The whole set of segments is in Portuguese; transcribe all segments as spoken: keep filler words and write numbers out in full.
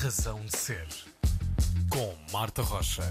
Razão de Ser, com Marta Rocha.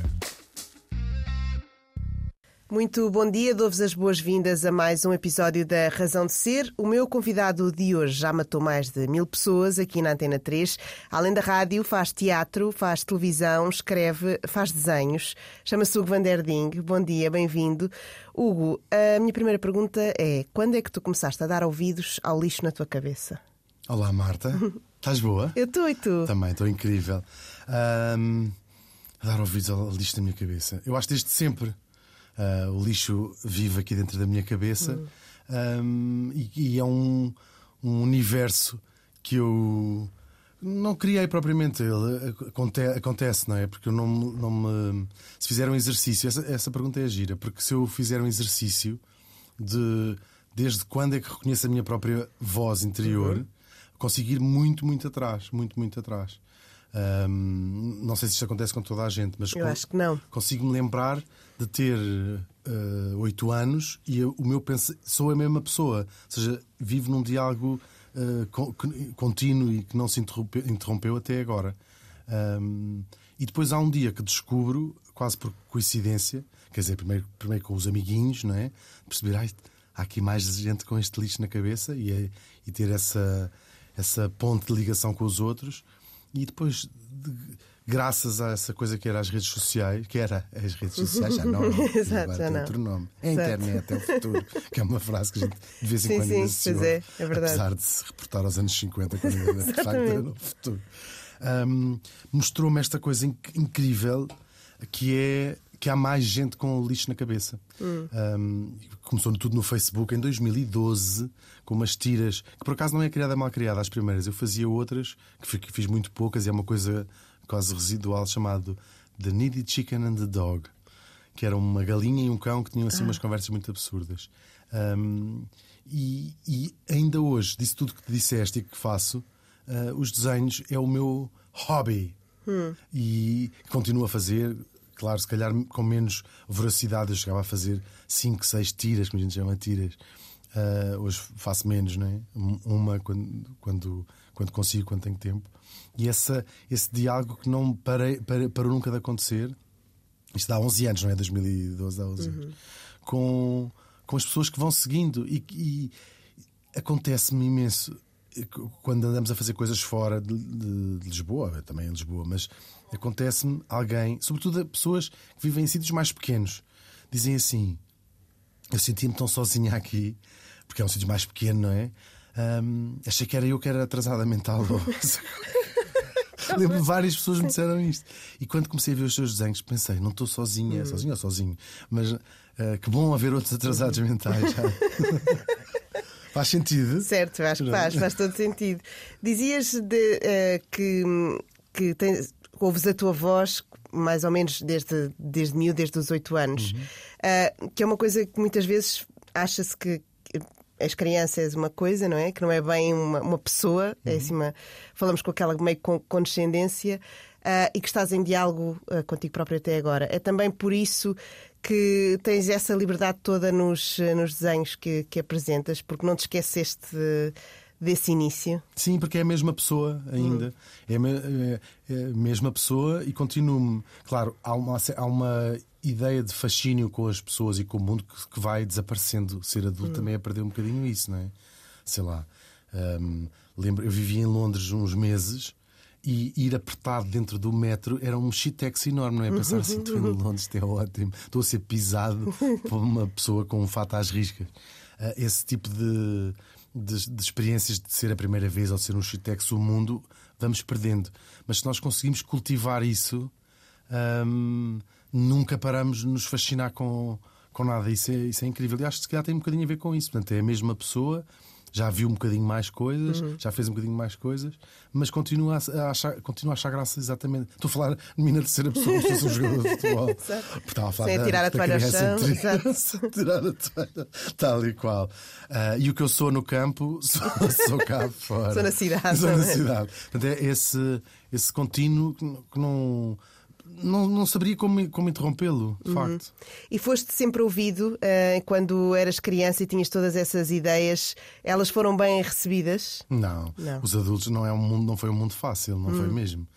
Muito bom dia, dou-vos as boas-vindas a mais um episódio da Razão de Ser. O meu convidado de hoje já matou mais de mil pessoas aqui na Antena três. Além da rádio, faz teatro, faz televisão, escreve, faz desenhos. Chama-se Hugo van der Ding. Bom dia, bem-vindo. Hugo, a minha primeira pergunta é: quando é que tu começaste a dar ouvidos ao lixo na tua cabeça? Olá, Marta. Estás boa? Eu estou e tu? Também, estou incrível. Um, a dar ouvidos ao lixo na minha cabeça. Eu acho desde sempre. Uh, o lixo vive aqui dentro da minha cabeça. Hum. um, e, e é um, um universo que eu não criei propriamente. Ele acontece, acontece, não é? Porque eu não, não me. Se fizer um exercício, essa, essa pergunta é gira, porque se eu fizer um exercício de desde quando é que reconheço a minha própria voz interior, uhum. consigo ir muito, muito atrás, muito, muito atrás. Um, não sei se isto acontece com toda a gente, mas eu acho que não. Consigo-me lembrar de ter oito uh, anos e eu, o meu pense... sou a mesma pessoa, ou seja, vivo num diálogo uh, con contínuo e que não se interrompeu, interrompeu até agora. Um, e depois há um dia que descubro, quase por coincidência, quer dizer, primeiro, primeiro com os amiguinhos, não é? Perceber, ai, há aqui mais gente com este lixo na cabeça e, é, e ter essa, essa ponte de ligação com os outros. E depois, de, graças a essa coisa que era as redes sociais, que era as redes sociais, já não, Exato, já não. Outro nome. É a internet, é o futuro, que é uma frase que a gente de vez em sim, quando sim, ainda se ouve, é, é verdade. apesar de se reportar aos anos cinquenta, quando ainda de facto era no futuro. Um, mostrou-me esta coisa inc incrível que é que há mais gente com lixo na cabeça. Hum. Um, começou tudo no Facebook em dois mil e doze, com umas tiras que por acaso não é criada mal criada, as primeiras. Eu fazia outras, que fiz muito poucas, e é uma coisa quase residual, chamado The Needy Chicken and the Dog, que era uma galinha e um cão que tinham assim ah. umas conversas muito absurdas. Um, e, e ainda hoje, disso tudo que te disseste e que faço, uh, os desenhos é o meu hobby. Hum. E continuo a fazer. Claro, se calhar com menos voracidade. Eu chegava a fazer cinco, seis tiras, como a gente chama tiras. Uh, hoje faço menos, não é? Uma quando, quando, quando consigo, quando tenho tempo. E essa, esse diálogo que não parei, parei, parou nunca de acontecer. Isto dá onze anos, não é? dois mil e doze, há onze anos. Uhum. Com, com as pessoas que vão seguindo. E, e acontece-me imenso quando andamos a fazer coisas fora de, de, de Lisboa, também em Lisboa, mas acontece-me alguém, sobretudo pessoas que vivem em sítios mais pequenos, dizem assim: eu senti-me tão sozinha aqui, porque é um sítio mais pequeno, não é? Um, achei que era eu que era atrasada mental. Lembro, várias pessoas me disseram isto. E quando comecei a ver os seus desenhos, pensei: não estou sozinha, uhum. sozinha ou sozinho, mas uh, que bom haver outros atrasados uhum. mentais. Faz sentido? Certo, acho que faz, faz todo sentido. Dizias de, uh, que, que tens, ouves a tua voz mais ou menos desde, desde mil, desde os oito anos, uhum. uh, que é uma coisa que muitas vezes acha-se que as crianças uma coisa, não é? Que não é bem uma, uma pessoa, uhum. é assim uma, falamos com aquela meio condescendência, uh, e que estás em diálogo uh, contigo próprio até agora. É também por isso que tens essa liberdade toda nos, nos desenhos que, que apresentas, porque não te esqueceste de, desse início. Sim, porque é a mesma pessoa ainda. Hum. É, a, é a mesma pessoa e continuo-me. Claro, há uma, há uma ideia de fascínio com as pessoas e com o mundo que, que vai desaparecendo. Ser adulto hum. também é perder um bocadinho isso, não é? Sei lá. Um, lembro, eu vivia em Londres uns meses. E ir apertado dentro do metro era um shitex enorme, não é? Pensar assim: estou em Londres, isto é ótimo, estou a ser pisado por uma pessoa com um fato às riscas. Uh, esse tipo de, de, de experiências de ser a primeira vez ou de ser um shitex, o mundo, vamos perdendo. Mas se nós conseguimos cultivar isso, um, nunca paramos de nos fascinar com, com nada. Isso é, isso é incrível. E acho que se calhar tem um bocadinho a ver com isso. Portanto, é a mesma pessoa. Já viu um bocadinho mais coisas, uhum. já fez um bocadinho mais coisas, mas continua a achar, continua a achar graça exatamente. Estou a falar de mim na terceira pessoa, como se fosse um jogador de futebol. Estava a falar Sem da, tirar a toalha ao chão. Sem tirar a toalha, tal e qual. Uh, e o que eu sou no campo, sou, sou cá fora. Sou na cidade. Sou na cidade. Portanto, é esse, esse contínuo que não. Não, não saberia como, como interrompê-lo, de uhum. facto. E foste sempre ouvido uh, quando eras criança e tinhas todas essas ideias? Elas foram bem recebidas? Não. não. Os adultos não, é um mundo, não foi um mundo fácil, não uhum. foi mesmo.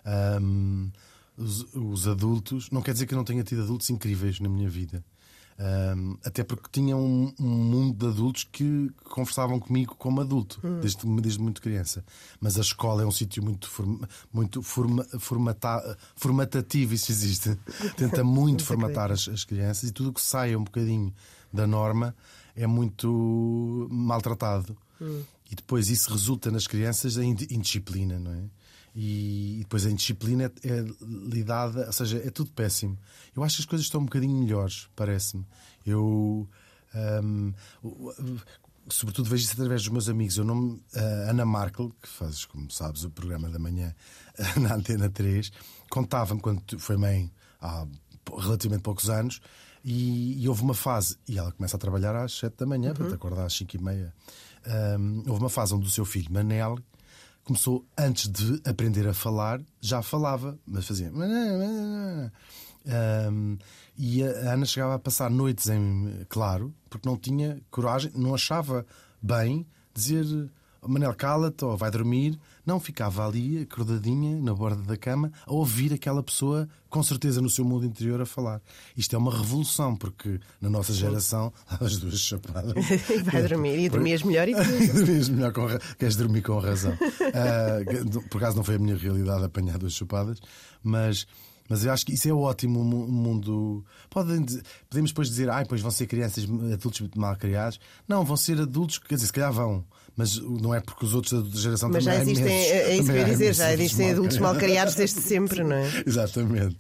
Um, os, os adultos, não quer dizer que eu não tenha tido adultos incríveis na minha vida. Um, até porque tinha um, um mundo de adultos que conversavam comigo como adulto, hum. desde, desde muito criança. Mas a escola é um sítio muito, forma, muito forma, formata, formatativo, isso existe. Tenta muito formatar as, as crianças, e tudo o que sai um bocadinho da norma é muito maltratado. Hum. E depois isso resulta nas crianças em indisciplina, não é? E depois a indisciplina é, é lidada, ou seja, é tudo péssimo. Eu acho que as coisas estão um bocadinho melhores, parece-me. Eu, um, sobretudo, vejo isso através dos meus amigos. Eu não, a Ana Markel, que fazes, como sabes, o programa da manhã na Antena três, contava-me quando foi mãe há relativamente poucos anos, e, e houve uma fase, e ela começa a trabalhar às sete da manhã, uhum. para te acordar às cinco e meia. Um, houve uma fase onde o seu filho, Manel, começou, antes de aprender a falar, já falava, mas fazia. Um, e a Ana chegava a passar noites em claro, porque não tinha coragem, não achava bem dizer Manel, cala-te ou vai dormir. Não, ficava ali, acordadinha, na borda da cama, a ouvir aquela pessoa, com certeza no seu mundo interior, a falar. Isto é uma revolução, porque na nossa geração, as duas chapadas. Vai dormir, e dormias melhor e dormias melhor com ra... Queres dormir com razão. Uh, por acaso não foi a minha realidade apanhar duas chapadas, mas. Mas eu acho que isso é ótimo, o mundo. Podem, podemos depois dizer, ah, pois vão ser crianças, adultos mal criados. Não, vão ser adultos, quer dizer, se calhar vão, mas não é porque os outros da geração mas também. Mas já existem, imensos, é isso que eu ia dizer, já existem adultos mal criados desde sempre, não é? Exatamente.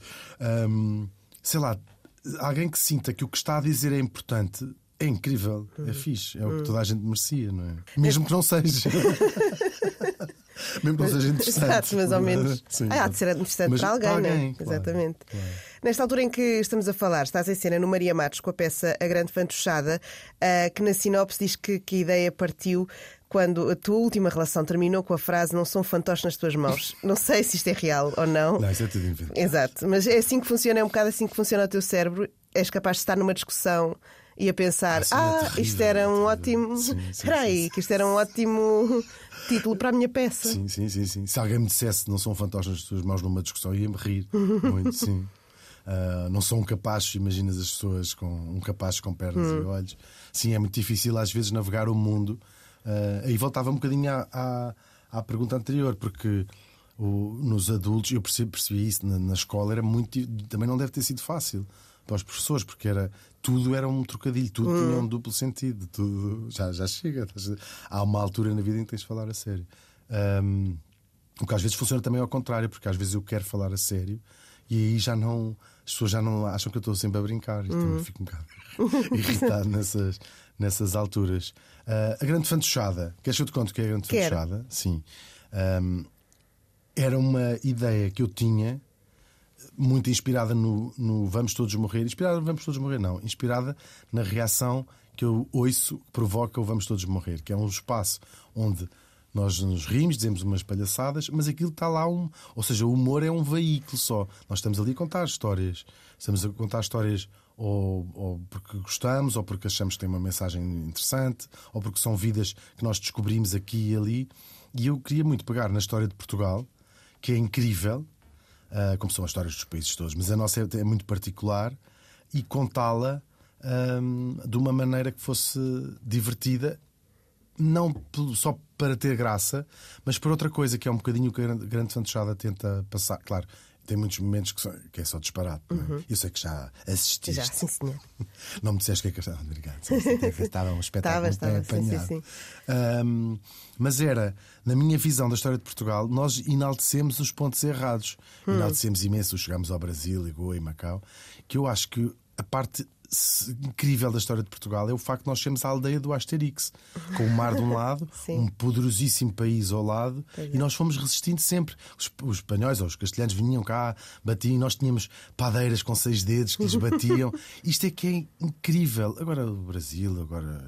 Um, sei lá, alguém que sinta que o que está a dizer é importante, é incrível, hum. é fixe, é o que toda a gente merecia, não é? Mesmo que não seja. Mesmo que não seja interessante. Exato, mas ao menos sim, ah, há de ser interessante mas para alguém, para alguém, não é? Claro, exatamente. Claro. Nesta altura em que estamos a falar, estás em cena no Maria Matos com a peça A Grande Fantochada, uh, que na sinopse diz que, que a ideia partiu quando a tua última relação terminou com a frase "não são fantoches nas tuas mãos". Não sei se isto é real ou não. Não, isso é tudo inventado. Exato, mas é assim que funciona, é um bocado assim que funciona o teu cérebro. És capaz de estar numa discussão e a pensar, ah, ah é terrível, isto era um é ótimo. Espera aí, que isto era um ótimo título para a minha peça. Sim, sim, sim, sim. Se alguém me dissesse "não são fantoches nas tuas mãos" numa discussão, ia-me rir muito, sim. Uh, não sou um capacho, imaginas as pessoas com um capacho com pernas hum. e olhos. Sim, é muito difícil às vezes navegar o mundo. Uh, aí voltava um bocadinho à, à, à pergunta anterior, porque o, nos adultos, eu percebi, percebi isso na, na escola, era muito, também não deve ter sido fácil para os professores, porque era, tudo era um trocadilho, tudo hum. tinha um duplo sentido, tudo, já, já chega. Há uma altura na vida em que tens de falar a sério. Um, o que às vezes funciona também ao contrário, porque às vezes eu quero falar a sério e aí já não, as pessoas já não acham que eu estou sempre a brincar, e hum. também fico um bocado irritado nessas, nessas alturas. Uh, a Grande Fantochada, queres que eu te conte o que é a Grande Quero. Fantochada? Sim. Um, era uma ideia que eu tinha, muito inspirada no, no Vamos Todos Morrer. Inspirada no Vamos Todos Morrer, não. Inspirada na reação que eu ouço que provoca o Vamos Todos Morrer, que é um espaço onde nós nos rimos, dizemos umas palhaçadas, mas aquilo está lá um... Ou seja, o humor é um veículo só. Nós estamos ali a contar histórias. Estamos a contar histórias ou, ou porque gostamos, ou porque achamos que tem uma mensagem interessante, ou porque são vidas que nós descobrimos aqui e ali. E eu queria muito pegar na história de Portugal, que é incrível, uh, como são as histórias dos países todos, mas a nossa é, é muito particular, e contá-la um, de uma maneira que fosse divertida, não só para ter graça, mas por outra coisa, que é um bocadinho o que a Grande Fantochada tenta passar. Claro, tem muitos momentos que, são, que é só disparate. Uhum. Não é? Eu sei que já assististe. Já, sim, senhor. Não me disseste que é que estava. Obrigado. Estava um espetáculo estava, estava, apanhado. Sim, sim, sim. Um, mas era, na minha visão da história de Portugal, nós enaltecemos os pontos errados. Hum. Enaltecemos imenso. Chegámos ao Brasil, Goa e Macau. Que eu acho que a parte incrível da história de Portugal é o facto de nós sermos a aldeia do Asterix, com o mar de um lado, um poderosíssimo país ao lado, é. E nós fomos resistindo sempre. Os, os espanhóis ou os castelhanos vinham cá, batiam, nós tínhamos padeiras com seis dedos que lhes batiam. Isto é que é incrível. Agora o Brasil, agora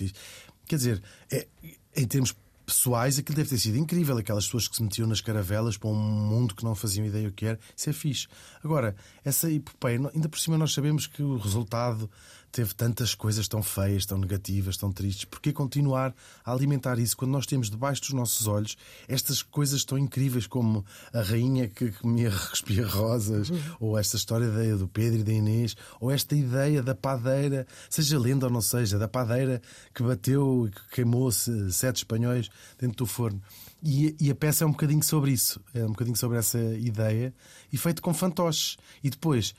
quer dizer, é, em termos pessoais, aquilo deve ter sido incrível. Aquelas pessoas que se metiam nas caravelas para um mundo que não faziam ideia o que era. Isso é fixe. Agora, essa epopeia, ainda por cima nós sabemos que o resultado teve tantas coisas tão feias, tão negativas, tão tristes. Porquê continuar a alimentar isso quando nós temos debaixo dos nossos olhos estas coisas tão incríveis como a rainha que comia cuspia rosas, uhum. ou esta história da, do Pedro e da Inês, ou esta ideia da padeira, seja lenda ou não seja, da padeira que bateu e que queimou-se sete espanhóis dentro do forno. E, e a peça é um bocadinho sobre isso, é um bocadinho sobre essa ideia, e feito com fantoches. E depois,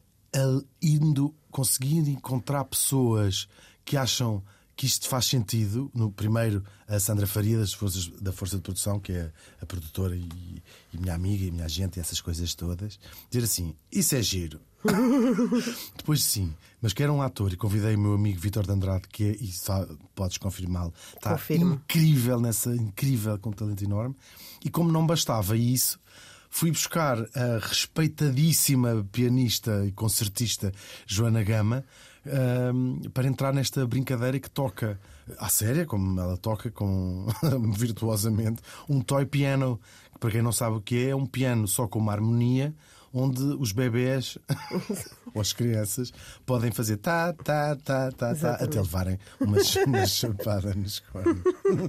indo conseguir encontrar pessoas que acham que isto faz sentido. No primeiro, a Sandra Faria, das forças, da Força de Produção, que é a produtora e, e minha amiga e minha agente, e essas coisas todas, dizer assim: isso é giro. Depois sim, mas que era um ator, e convidei o meu amigo Vítor de Andrade, que é, e só podes confirmá-lo, está Confirmo. incrível nessa, incrível, com um talento enorme. E como não bastava isso, fui buscar a respeitadíssima pianista e concertista Joana Gama um, para entrar nesta brincadeira que toca à séria, como ela toca com virtuosamente, um toy piano, que para quem não sabe o que é, é um piano só com uma harmonia, onde os bebés ou as crianças podem fazer tá, tá, tá, tá, tá, até levarem umas, uma chapada nos cornos.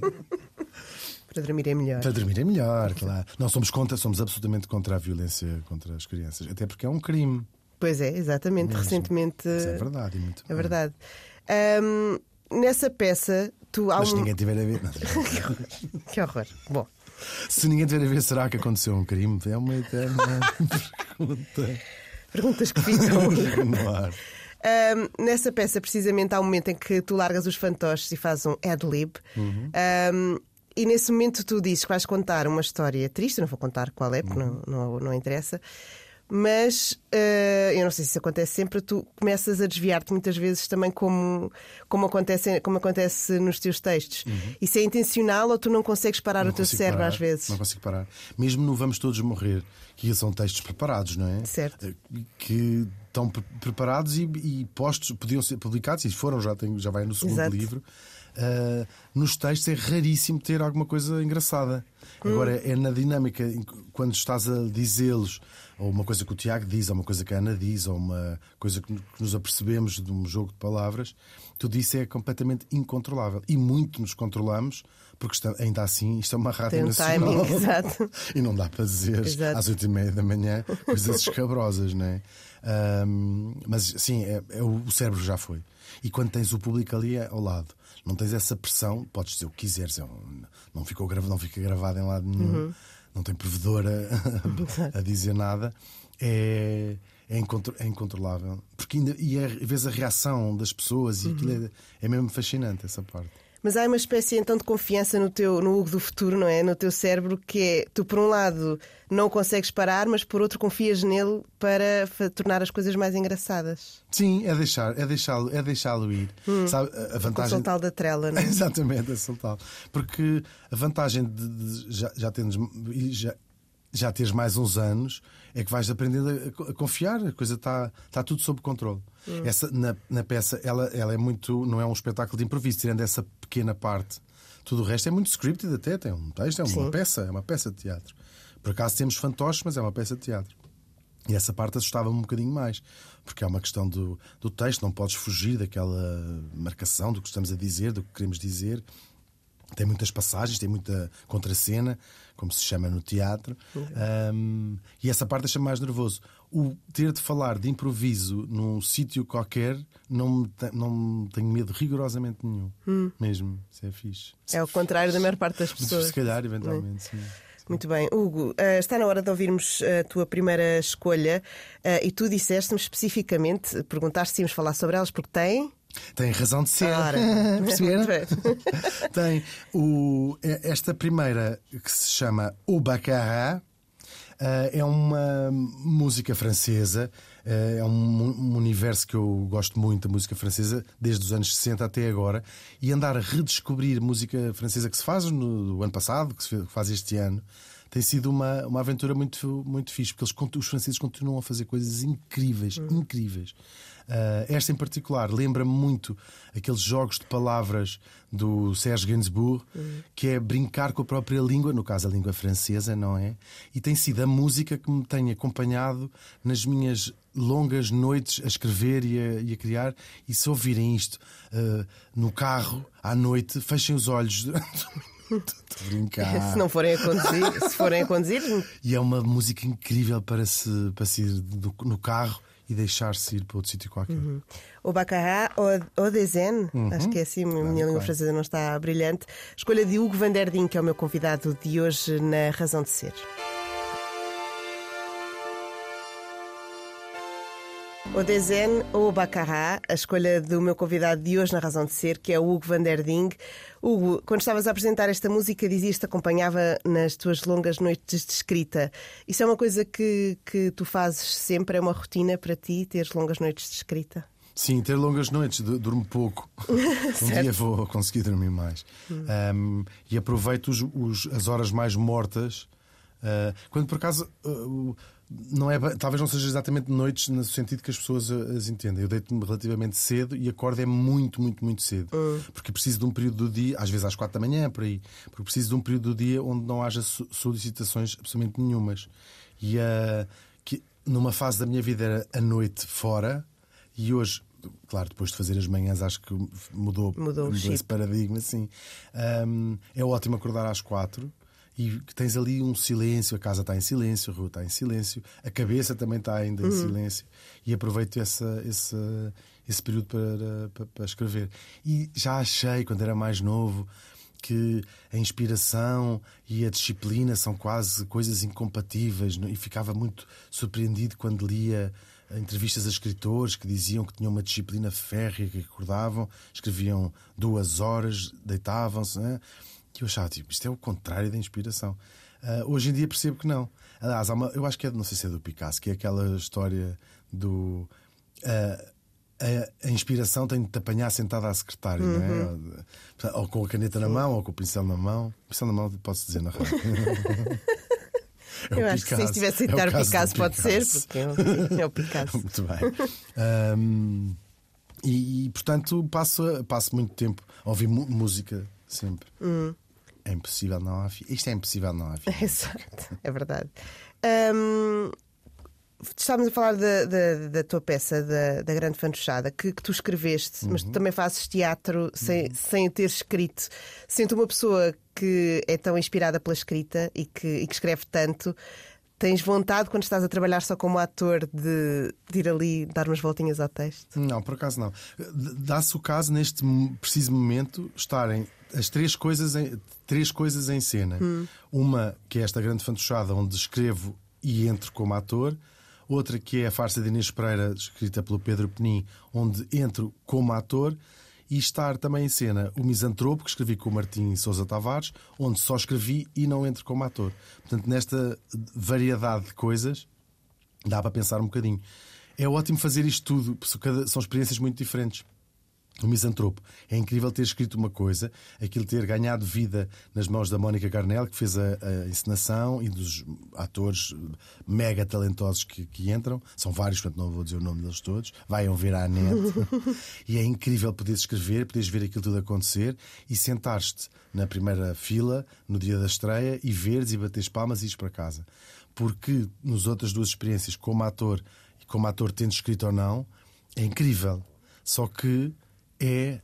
Para dormir é melhor. Para dormir é melhor, claro. Não somos contra, somos absolutamente contra a violência contra as crianças, até porque é um crime. Pois é, exatamente. Mesmo. Recentemente. Isso é verdade, e muito. É verdade. Um, nessa peça, tu há Mas se um... ninguém tiver a ver. Que horror. Bom. Se ninguém tiver a ver, será que aconteceu um crime? É uma eterna pergunta. Perguntas que ficam no ar. Um, nessa peça, precisamente, há um momento em que tu largas os fantoches e fazes um ad-lib. Uhum. Um, e nesse momento tu dizes que vais contar uma história triste. Eu não vou contar qual é, porque uhum. não, não, não interessa. Mas uh, eu não sei se isso acontece sempre. Tu começas a desviar-te muitas vezes também, como, como, acontece, como acontece nos teus textos. Uhum. Isso é intencional ou tu não consegues parar não o teu cérebro parar, às vezes? Não consigo parar. Mesmo no Vamos Todos Morrer, que são textos preparados, não é? Certo. Que estão pre- preparados e, e postos, podiam ser publicados, e foram, já, tem, já vai no segundo Exato. livro. Uh, nos textos é raríssimo ter alguma coisa engraçada. Hum. Agora, é na dinâmica, quando estás a dizê-los, ou uma coisa que o Tiago diz, ou uma coisa que a Ana diz, ou uma coisa que nos apercebemos de um jogo de palavras, tudo isso é completamente incontrolável. E muito nos controlamos, porque está, ainda assim isto é uma rádio Tem um nacional. timing, exato. E não dá para dizer Exato. às oito e meia da manhã coisas escabrosas, não é? Um, mas sim, é, é, o cérebro já foi. E quando tens o público ali ao lado, não tens essa pressão, podes dizer o que quiseres, não, ficou, não fica gravado em lado nenhum, uhum. não tem provedor a, a dizer nada, é, é, incontro, é incontrolável. Porque ainda, e é, vês a reação das pessoas, e uhum. aquilo é, é mesmo fascinante, essa parte. Mas há uma espécie então de confiança no teu, no Hugo do futuro, não é? No teu cérebro, que é, tu por um lado não consegues parar, mas por outro confias nele para tornar as coisas mais engraçadas. Sim, é deixar, é deixá-lo, é deixá-lo ir. Hum, Sabe, a vantagem... soltá-lo da trela, não é? Exatamente, é soltá-lo. Porque a vantagem de, de já, já tens já, já teres mais uns anos é que vais aprendendo a, a confiar, a coisa está tá tudo sob controle. Hum. Essa, na, na peça, ela, ela é muito, não é um espetáculo de improviso, tirando essa pequena parte. Tudo o resto é muito scripted, até tem um texto, é uma Sim. peça, é uma peça de teatro. Por acaso temos fantoches, mas é uma peça de teatro. E essa parte assustava-me um bocadinho mais, porque é uma questão do, do texto, não podes fugir daquela marcação do que estamos a dizer, do que queremos dizer. Tem muitas passagens, tem muita contracena, como se chama no teatro, uhum. um, e essa parte deixa-me mais nervoso. O ter de falar de improviso num sítio qualquer, não, me te, não tenho medo rigorosamente nenhum. Hum. Mesmo, isso é fixe. É o contrário da maior parte das pessoas. Se calhar, eventualmente, sim. Muito bem. Hugo, uh, está na hora de ouvirmos a tua primeira escolha, uh, e tu disseste-me especificamente, perguntaste se íamos falar sobre elas, porque têm... Tem razão de ser. Perceberam? Tem o, esta primeira, que se chama O Baccarat, é uma música francesa. É um universo que eu gosto muito, da música francesa, desde os anos sessenta até agora. E andar a redescobrir música francesa que se faz no ano passado, que se faz este ano, tem sido uma, uma aventura muito, muito fixe, porque eles, os franceses continuam a fazer coisas incríveis, uhum. incríveis. Uh, esta em particular lembra-me muito aqueles jogos de palavras do Serge Gainsbourg, uhum. que é brincar com a própria língua, no caso a língua francesa, não é? E tem sido a música que me tem acompanhado nas minhas longas noites a escrever e a, e a criar. E se ouvirem isto uh, no carro à noite, fechem os olhos durante um minuto de brincar. Se não forem a conduzir, se forem a conduzir. E é uma música incrível para se, para se ir do, no carro e deixar-se ir para outro sítio qualquer. Uhum. O Baccarat ou Dezen, uhum. acho que é assim, a minha claro, língua claro. francesa não está brilhante. Escolha de Hugo van der Ding, que é o meu convidado de hoje na Razão de Ser. O Dezen ou o Baccarat, a escolha do meu convidado de hoje na Razão de Ser, que é o Hugo van der Ding. Hugo, quando estavas a apresentar esta música, dizias que te acompanhava nas tuas longas noites de escrita. Isso é uma coisa que, que tu fazes sempre? É uma rotina para ti, teres longas noites de escrita? Sim, ter longas noites, durmo pouco. Um dia vou conseguir dormir mais. Hum. Um, e aproveito os, os, as horas mais mortas. Uh, quando por acaso... Uh, Não é, talvez não seja exatamente noites no sentido que as pessoas as entendem. Eu deito-me relativamente cedo e acordo é muito, muito, muito cedo. Hum. Porque preciso de um período do dia, às vezes às quatro da manhã, por aí. Porque preciso de um período do dia onde não haja solicitações absolutamente nenhumas. E uh, que numa fase da minha vida era a noite fora, e hoje, claro, depois de fazer as manhãs, acho que mudou, mudou, mudou esse paradigma. Assim. Um, é ótimo acordar às quatro. E que tens ali um silêncio, a casa está em silêncio, a rua está em silêncio, a cabeça também está ainda em uhum. silêncio. E aproveito essa, esse, esse período para, para, para escrever. E já achei, quando era mais novo, que a inspiração e a disciplina são quase coisas incompatíveis. E ficava muito surpreendido quando lia entrevistas a escritores que diziam que tinham uma disciplina férrea, que acordavam, escreviam duas horas, deitavam-se, não é? Que eu achava, tipo, isto é o contrário da inspiração. Uh, hoje em dia percebo que não. Aliás, há uma, eu acho que é, não sei se é do Picasso, que é aquela história do. Uh, a, a inspiração tem de te apanhar sentada à secretária, uhum. não é? Ou, ou com a caneta na mão, ou com o pincel na mão. O pincel na mão, posso dizer na rádio. É eu acho Picasso. Que se estivesse a citar é o Picasso, Picasso pode Picasso. Ser, porque é o Picasso. Muito bem. Um, e, e, portanto, passo, passo muito tempo a ouvir música sempre. Hum. É impossível não há filho. Isto é impossível não há filho. Exato, é verdade. Um, estávamos a falar da, da, da tua peça, da, da Grande Fantochada, que, que tu escreveste, uhum. mas tu também fazes teatro sem, uhum. sem ter escrito. Sendo uma pessoa que é tão inspirada pela escrita e que, e que escreve tanto, tens vontade, quando estás a trabalhar só como ator, de, de ir ali dar umas voltinhas ao texto? Não, por acaso não. Dá-se o caso, neste preciso momento, estarem as três coisas em, três coisas em cena. Hum. Uma que é esta Grande Fantochada, onde escrevo e entro como ator. Outra que é a Farsa de Inês Pereira, escrita pelo Pedro Penin, onde entro como ator. E estar também em cena o Misantropo, que escrevi com o Martim Sousa Tavares, onde só escrevi e não entro como ator. Portanto, nesta variedade de coisas, dá para pensar um bocadinho. É ótimo fazer isto tudo, porque são experiências muito diferentes. O Misantropo. É incrível ter escrito uma coisa, aquilo ter ganhado vida nas mãos da Mónica Garnel, que fez a, a encenação, e dos atores mega talentosos que, que entram. São vários, portanto não vou dizer o nome deles todos. Vaiam ver à net. E é incrível poderes escrever, poderes ver aquilo tudo acontecer e sentar-te na primeira fila, no dia da estreia, e veres e bateres palmas e ires para casa. Porque nas outras duas experiências, como ator e como ator tendo escrito ou não, é incrível. Só que é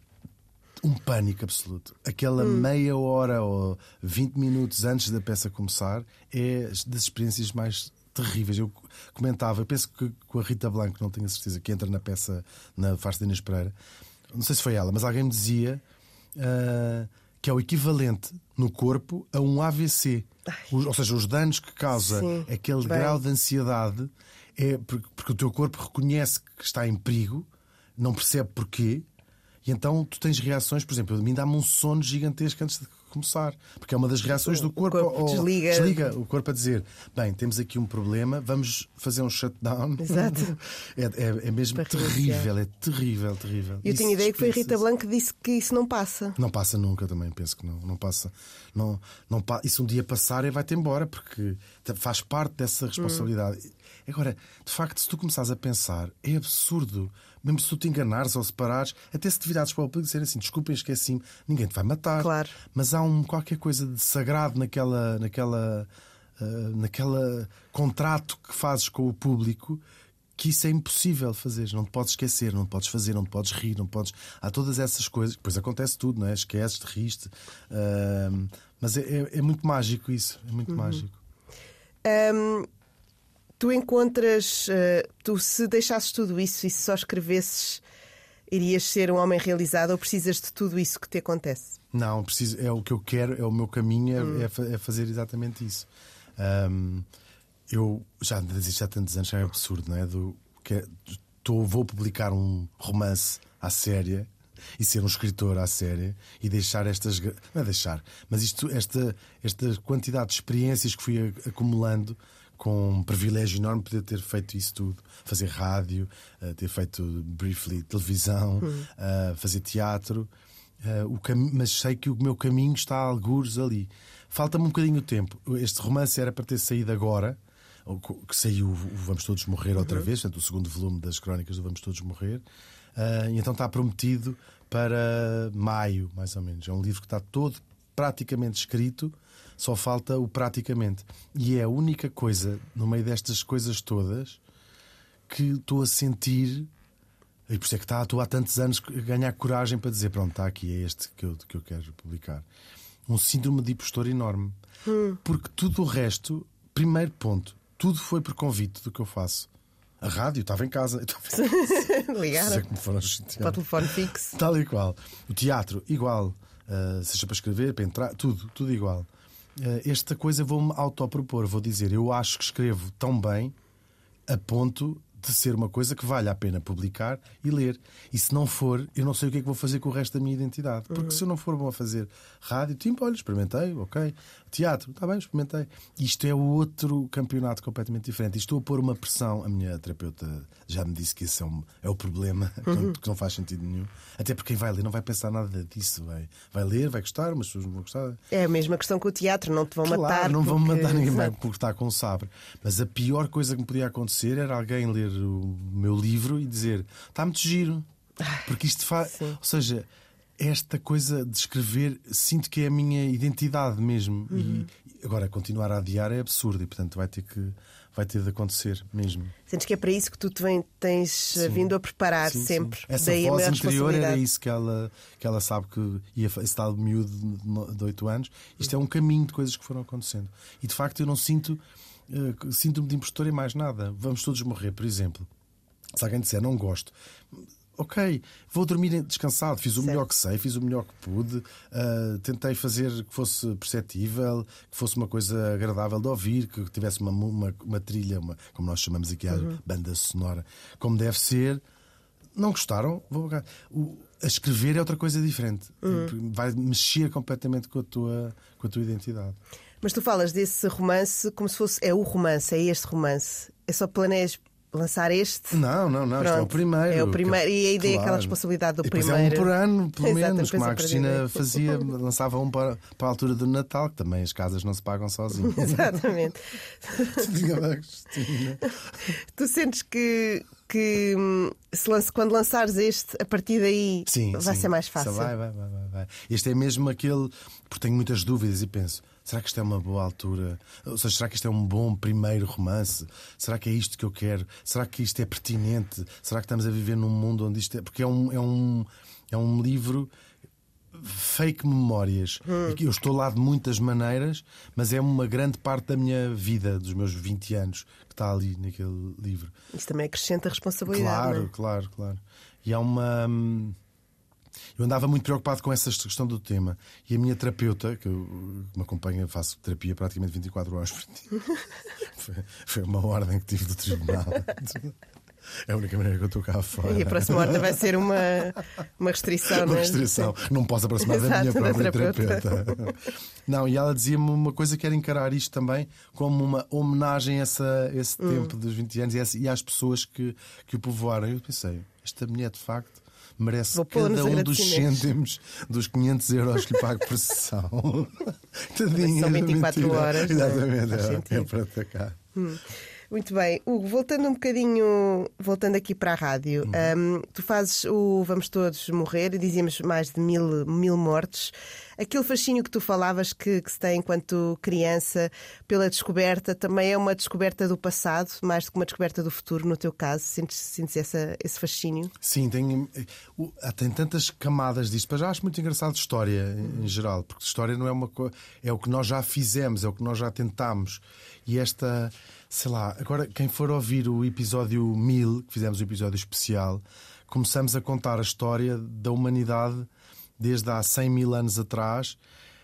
um pânico absoluto. Aquela hum. meia hora ou vinte minutos antes da peça começar é das experiências mais terríveis. Eu comentava, eu penso que com a Rita Blanco, não tenho a certeza, que entra na peça na Farsa de Inês Pereira, não sei se foi ela, mas alguém me dizia uh, que é o equivalente no corpo a um A V C. Os, ou seja, os danos que causa Sim. aquele Bem. grau de ansiedade é porque, porque o teu corpo reconhece que está em perigo, não percebe porquê, e então tu tens reações. Por exemplo, a mim dá-me um sono gigantesco antes de começar. Porque é uma das reações do corpo. O corpo ao, desliga. desliga. O corpo a dizer, bem, temos aqui um problema, vamos fazer um shutdown. Exato. É, é, é mesmo Para terrível, é terrível, terrível. Eu Isso tinha ideia que foi a Rita dispensa-se. Blanco que disse que isso não passa. Não passa nunca, também penso que não. Não passa. Não, não, pa- e se um dia passar, vai-te embora, porque faz parte dessa responsabilidade. Hum. Agora, de facto, se tu começares a pensar, é absurdo. Mesmo se tu te enganares ou se parares, até se te virares para o público e dizer assim, desculpem, esqueci-me, ninguém te vai matar. Claro. Mas há um, qualquer coisa de sagrado naquela, naquela, ah, naquela contrato que fazes com o público, que isso é impossível fazer. Não te podes esquecer, não te podes fazer, não te podes rir, não podes. Há todas essas coisas. Depois acontece tudo, não é? Esqueces, te riste. Ah, mas é, é, é muito mágico isso. É muito mágico. Hum, tu encontras. uh, tu, se deixasses tudo isso e se só escrevesses, irias ser um homem realizado ou precisas de tudo isso que te acontece? Não, preciso, é o que eu quero, é o meu caminho, é, é fa- é fazer exatamente isso. Ahm, eu já desisto há tantos anos, já é absurdo, não é? Do, que é- tô, vou publicar um romance à séria e ser um escritor à séria e deixar estas. gra- Não é deixar, mas isto, esta, esta quantidade de experiências que fui a- acumulando. Com um privilégio enorme poder ter feito isso tudo. Fazer rádio, eh, ter feito briefly televisão, eh, fazer teatro. Eh, o cami- mas sei que o meu caminho está a algures ali. Falta-me um bocadinho de tempo. Este romance era para ter saído agora, o co- que saiu o Vamos Todos Morrer outra vez, portanto, o segundo volume das crónicas do Vamos Todos Morrer. Eh, e então está prometido para maio, mais ou menos. É um livro que está todo praticamente escrito. Só falta o praticamente. E é a única coisa, no meio destas coisas todas, que estou a sentir. E por isso é que está, estou há tantos anos a ganhar coragem para dizer: pronto, está aqui, é este que eu, que eu quero publicar. Um síndrome de impostor enorme. Hum. Porque tudo o resto, primeiro ponto, tudo foi por convite do que eu faço. A rádio estava em casa. Eu estava em casa. Ligaram Sei que me foram chatear. para o telefone fixo. Tal e qual. O teatro, igual. Uh, seja para escrever, para entrar, tudo, tudo igual. Uh, esta coisa vou-me autopropor. Vou dizer, eu acho que escrevo tão bem a ponto de ser uma coisa que vale a pena publicar e ler. E se não for, eu não sei o que é que vou fazer com o resto da minha identidade. Porque Uhum. se eu não for bom a fazer rádio, tipo, olha, experimentei, ok. Teatro, está bem, experimentei. Isto é o outro campeonato completamente diferente. E estou a pôr uma pressão. A minha terapeuta já me disse que esse é, um, é o problema, Uhum. que não faz sentido nenhum. Até porque quem vai ler não vai pensar nada disso. Vai, vai ler, vai gostar, mas as pessoas não vão gostar. É a mesma questão com o teatro, não te vão Claro, matar. não vão porque- matar ninguém, vai Exato. cortar com sabre. Mas a pior coisa que me podia acontecer era alguém ler o meu livro e dizer: está muito giro. Porque isto faz. Sim. Ou seja, esta coisa de escrever, sinto que é a minha identidade mesmo. Uhum. E agora, continuar a adiar é absurdo e, portanto, vai ter, que, vai ter de acontecer mesmo. Sentes que é para isso que tu te vem, tens eh, vindo a preparar Sim, sim. sempre. Essa Daí a voz maior interior era responsabilidade. isso que ela, que ela sabe que ia fa- esse tal miúdo de- de oito anos. Isto é um caminho de coisas que foram acontecendo. E de facto eu não sinto uh, sinto-me de impostor em mais nada. Vamos todos morrer, por exemplo. Se alguém disser não gosto, ok, vou dormir descansado, fiz o Certo. melhor que sei, fiz o melhor que pude, uh, tentei fazer que fosse perceptível, que fosse uma coisa agradável de ouvir, que tivesse uma, uma, uma trilha, uma, como nós chamamos aqui a banda sonora, como deve ser. Não gostaram? Vou... o, a escrever é outra coisa diferente. Vai mexer completamente com a tua, com a tua identidade. Mas tu falas desse romance como se fosse. É o romance, é este romance. É só planeias lançar este? Não, não, não. Isto é o Pronto. primeiro. É o primeiro. E a ideia é Claro. aquela responsabilidade do E depois primeiro. é um por ano, pelo Exato, menos, como a pensa para Cristina viver. fazia, lançava um para, para a altura do Natal, que também as casas não se pagam sozinhas. Exatamente. Diga-me a Cristina. Tu sentes que, que hum, se lance, quando lançares este, a partir daí Sim, vai sim. ser mais fácil. Vai, vai, vai, vai, vai. Este é mesmo aquele. Porque tenho muitas dúvidas e penso: será que isto é uma boa altura? Ou seja, será que isto é um bom primeiro romance? Será que é isto que eu quero? Será que isto é pertinente? Será que estamos a viver num mundo onde isto é. Porque é um, é um, é um livro fake memórias. Hum. Eu estou lá de muitas maneiras, mas é uma grande parte da minha vida, dos meus vinte anos, que está ali naquele livro. Isso também acrescenta responsabilidade. Claro, não é? claro, claro. E há uma. Eu andava muito preocupado com essa questão do tema. E a minha terapeuta, que eu, me acompanha, faço terapia praticamente vinte e quatro horas por dia. Foi, foi uma ordem que tive do tribunal. É a única maneira que eu estou cá fora. E a próxima horta vai ser uma, uma restrição, Uma não é? restrição. Não posso aproximar da minha Exato, da própria terapeuta. terapeuta. Não, e ela dizia-me uma coisa que era encarar isto também como uma homenagem a essa, esse Hum. tempo dos vinte anos e, essa, e às pessoas que, que o povoaram. Eu pensei, esta mulher de facto merece Vou pô-la cada nos um dos agradecimentos. cêntimos dos quinhentos euros que lhe pago por sessão. Tadinha, São vinte e quatro mentira. horas, não é? Exatamente, Faz é, é sentido. para atacar. Muito bem. Hugo, voltando um bocadinho, voltando aqui para a rádio, hum, tu fazes o Vamos Todos Morrer, dizíamos mais de mil, mil mortes. Aquele fascínio que tu falavas que, que se tem enquanto criança pela descoberta, também é uma descoberta do passado, mais do que uma descoberta do futuro, no teu caso? Sentes, sentes essa, esse fascínio? Sim, tem, o- tem tantas camadas disto. Mas já acho muito engraçado história em geral, porque história não é uma coisa. É o que nós já fizemos, é o que nós já tentámos. E esta, sei lá, agora quem for ouvir o episódio mil, que fizemos o episódio especial, começamos a contar a história da humanidade desde há cem mil anos atrás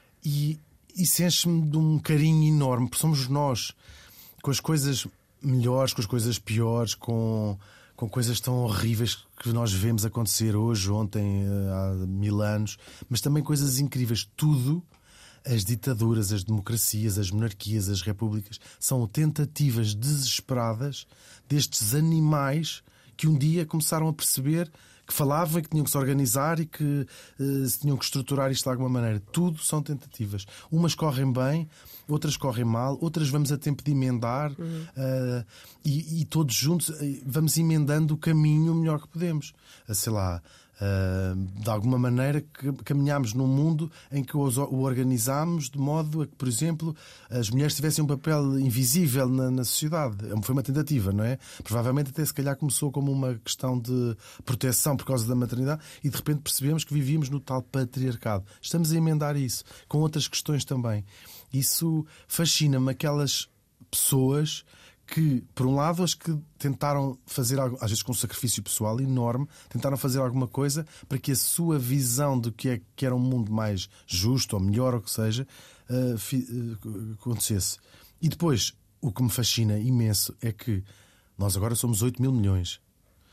e isso enche-me de um carinho enorme, porque somos nós, com as coisas melhores, com as coisas piores, com, com coisas tão horríveis que nós vemos acontecer hoje, ontem, há mil anos, mas também coisas incríveis. Tudo, as ditaduras, as democracias, as monarquias, as repúblicas, são tentativas desesperadas destes animais que um dia começaram a perceber que falavam e que tinham que se organizar e que uh, se tinham que estruturar isto de alguma maneira. Tudo são tentativas. Umas correm bem, outras correm mal, outras vamos a tempo de emendar Uhum. uh, e, e todos juntos uh, vamos emendando o caminho o melhor que podemos. Uh, sei lá, uh, de alguma maneira que caminhamos num mundo em que os, o organizámos de modo a que, por exemplo, as mulheres tivessem um papel invisível na, na sociedade. Foi uma tentativa, não é? Provavelmente até se calhar começou como uma questão de proteção por causa da maternidade e de repente percebemos que vivíamos no tal patriarcado. Estamos a emendar isso com outras questões também. Isso fascina-me, aquelas pessoas que, por um lado, as que tentaram fazer algo, às vezes com um sacrifício pessoal enorme, tentaram fazer alguma coisa para que a sua visão do que, é, que era um mundo mais justo ou melhor, ou que seja, uh, fi, uh, acontecesse. E depois, o que me fascina imenso é que nós agora somos oito mil milhões.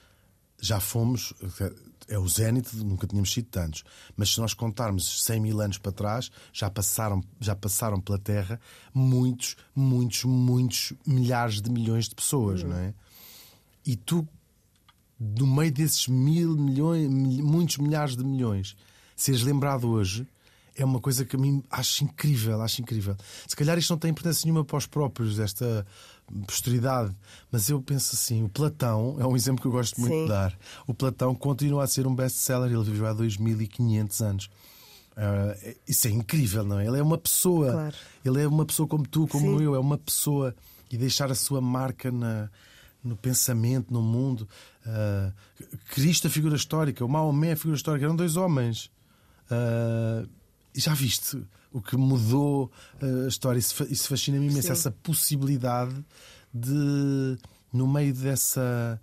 Já fomos, é o zénite, nunca tínhamos sido tantos. Mas se nós contarmos cem mil anos para trás, já passaram, já passaram pela Terra muitos, muitos, muitos milhares de milhões de pessoas, não é? E tu, no meio desses mil milhões, muitos milhares de milhões, seres lembrado hoje, é uma coisa que a mim acho incrível, acho incrível. Se calhar isto não tem importância nenhuma para os próprios, esta posteridade, mas eu penso assim, o Platão é um exemplo que eu gosto muito Sim. de dar. O Platão continua a ser um best-seller, ele viveu há dois mil e quinhentos anos. Uh, isso é incrível, não é? Ele é uma pessoa, Claro. ele é uma pessoa como tu, como Sim. eu, é uma pessoa, e deixar a sua marca na, no pensamento, no mundo. Uh, Cristo, a figura histórica, o Maomé, a figura histórica, eram dois homens. Uh, e já viste o que mudou uh, a história? Isso, isso fascina-me imenso, Sim. essa possibilidade de, no meio dessa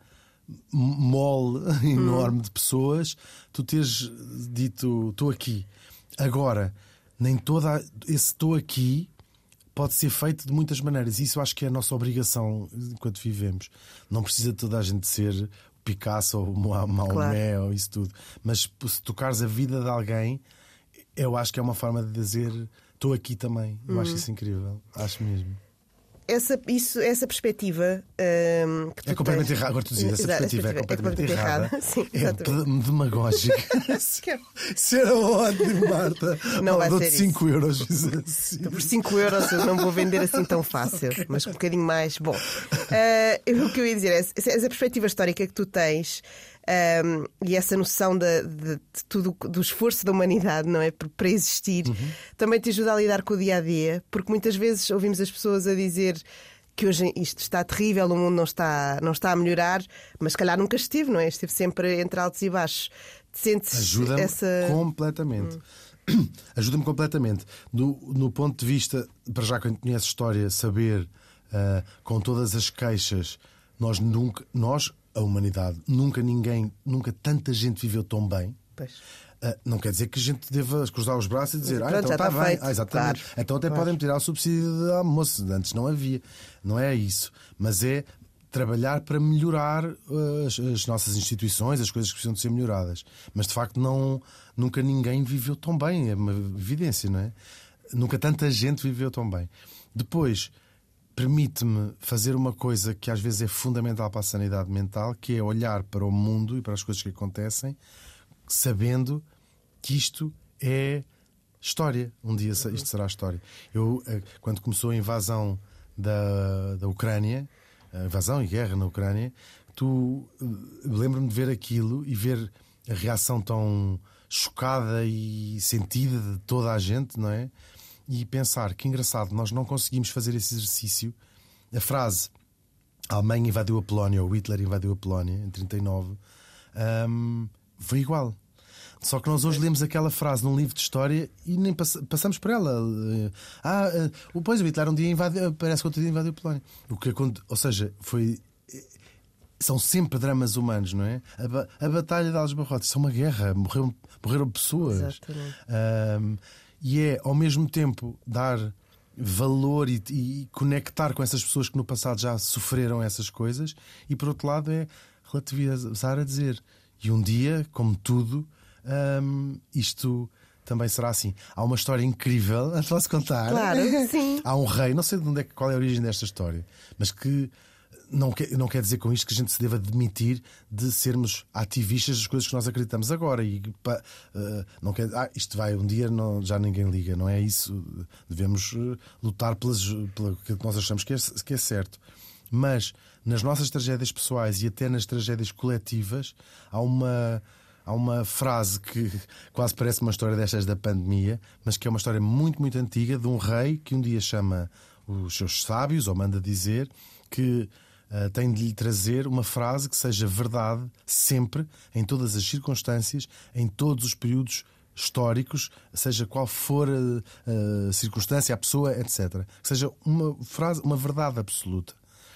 mole enorme de pessoas, tu teres dito estou aqui. Agora, nem toda esse estou aqui pode ser feito de muitas maneiras. Isso eu acho que é a nossa obrigação enquanto vivemos. Não precisa toda a gente ser Picasso ou Maomé, claro, ou isso tudo. Mas se tocares a vida de alguém, eu acho que é uma forma de dizer estou aqui também. Eu hum. acho isso incrível. Acho mesmo. Essa, isso, essa perspectiva hum, que tu é completamente tens... errada. Agora tu dizes, essa Exato, perspectiva é completamente, é completamente errada. errada. Sim, é demagógica. Isso era ótimo, Marta. Não oh, vai dou-te ser cinco isso. euros. Assim. Por cinco euros eu não vou vender assim tão fácil, mas um bocadinho mais. Bom, uh, o que eu ia dizer é essa, essa perspectiva histórica que tu tens. Um, e essa noção de, de, de tudo, do esforço da humanidade, não é? Para existir, uhum. também te ajuda a lidar com o dia a dia, porque muitas vezes ouvimos as pessoas a dizer que hoje isto está terrível, o mundo não está, não está a melhorar, mas se calhar nunca esteve, não é? Esteve sempre entre altos e baixos. Sentes Ajuda-me essa... completamente. Hum. Ajuda-me completamente. No, no ponto de vista, para já quem conhece história, saber uh, com todas as queixas, nós nunca. Nós, a humanidade, nunca ninguém, nunca tanta gente viveu tão bem. Pois. Uh, não quer dizer que a gente deva cruzar os braços e dizer Pronto, ah, então está, está bem. Ah, exatamente. Claro. Então até claro. podem tirar o subsídio de almoço. Antes não havia. Não é isso. Mas é trabalhar para melhorar as, as nossas instituições, as coisas que precisam de ser melhoradas. Mas de facto não, nunca ninguém viveu tão bem, é uma evidência, não é? Nunca tanta gente viveu tão bem. Depois, permite-me fazer uma coisa que às vezes é fundamental para a sanidade mental, que é olhar para o mundo e para as coisas que acontecem, sabendo que isto é história. Um dia isto será história. Eu, quando começou a invasão da, da Ucrânia, a invasão e guerra na Ucrânia, tu lembro-me de ver aquilo e ver a reação tão chocada e sentida de toda a gente, não é? E pensar que engraçado, nós não conseguimos fazer esse exercício. A frase a Alemanha invadiu a Polónia, ou Hitler invadiu a Polónia em trinta e nove, um, foi igual. Só que nós hoje lemos aquela frase num livro de história e nem pass- passamos por ela. Ah, uh, pois o Hitler um dia invadiu, parece que outro dia invadiu a Polónia. O que aconte- ou seja, foi. São sempre dramas humanos, não é? A, ba- a Batalha de Aljubarrota, isso é uma guerra, morreram, morreram pessoas. Exatamente. Um, e é ao mesmo tempo dar valor e, e conectar com essas pessoas que no passado já sofreram essas coisas, e por outro lado é relativizar a dizer, e um dia, como tudo, um, isto também será assim. Há uma história incrível, posso contar? Claro, sim. Há um rei, não sei de onde é, qual é a origem desta história, mas que não quer, não quer dizer com isto que a gente se deva demitir de sermos ativistas das coisas que nós acreditamos agora. E pa, uh, não quer, ah, isto vai um dia, não, já ninguém liga, não é isso. Devemos uh, lutar pelas, pelo que nós achamos que é, que é certo. Mas nas nossas tragédias pessoais e até nas tragédias coletivas, há uma. Há uma frase que quase parece uma história destas da pandemia, mas que é uma história muito, muito antiga, de um rei que um dia chama os seus sábios, ou manda dizer, que uh, tem de lhe trazer uma frase que seja verdade sempre, em todas as circunstâncias, em todos os períodos históricos, seja qual for a, a circunstância, a pessoa, etcétera. Que seja uma frase, uma verdade absoluta.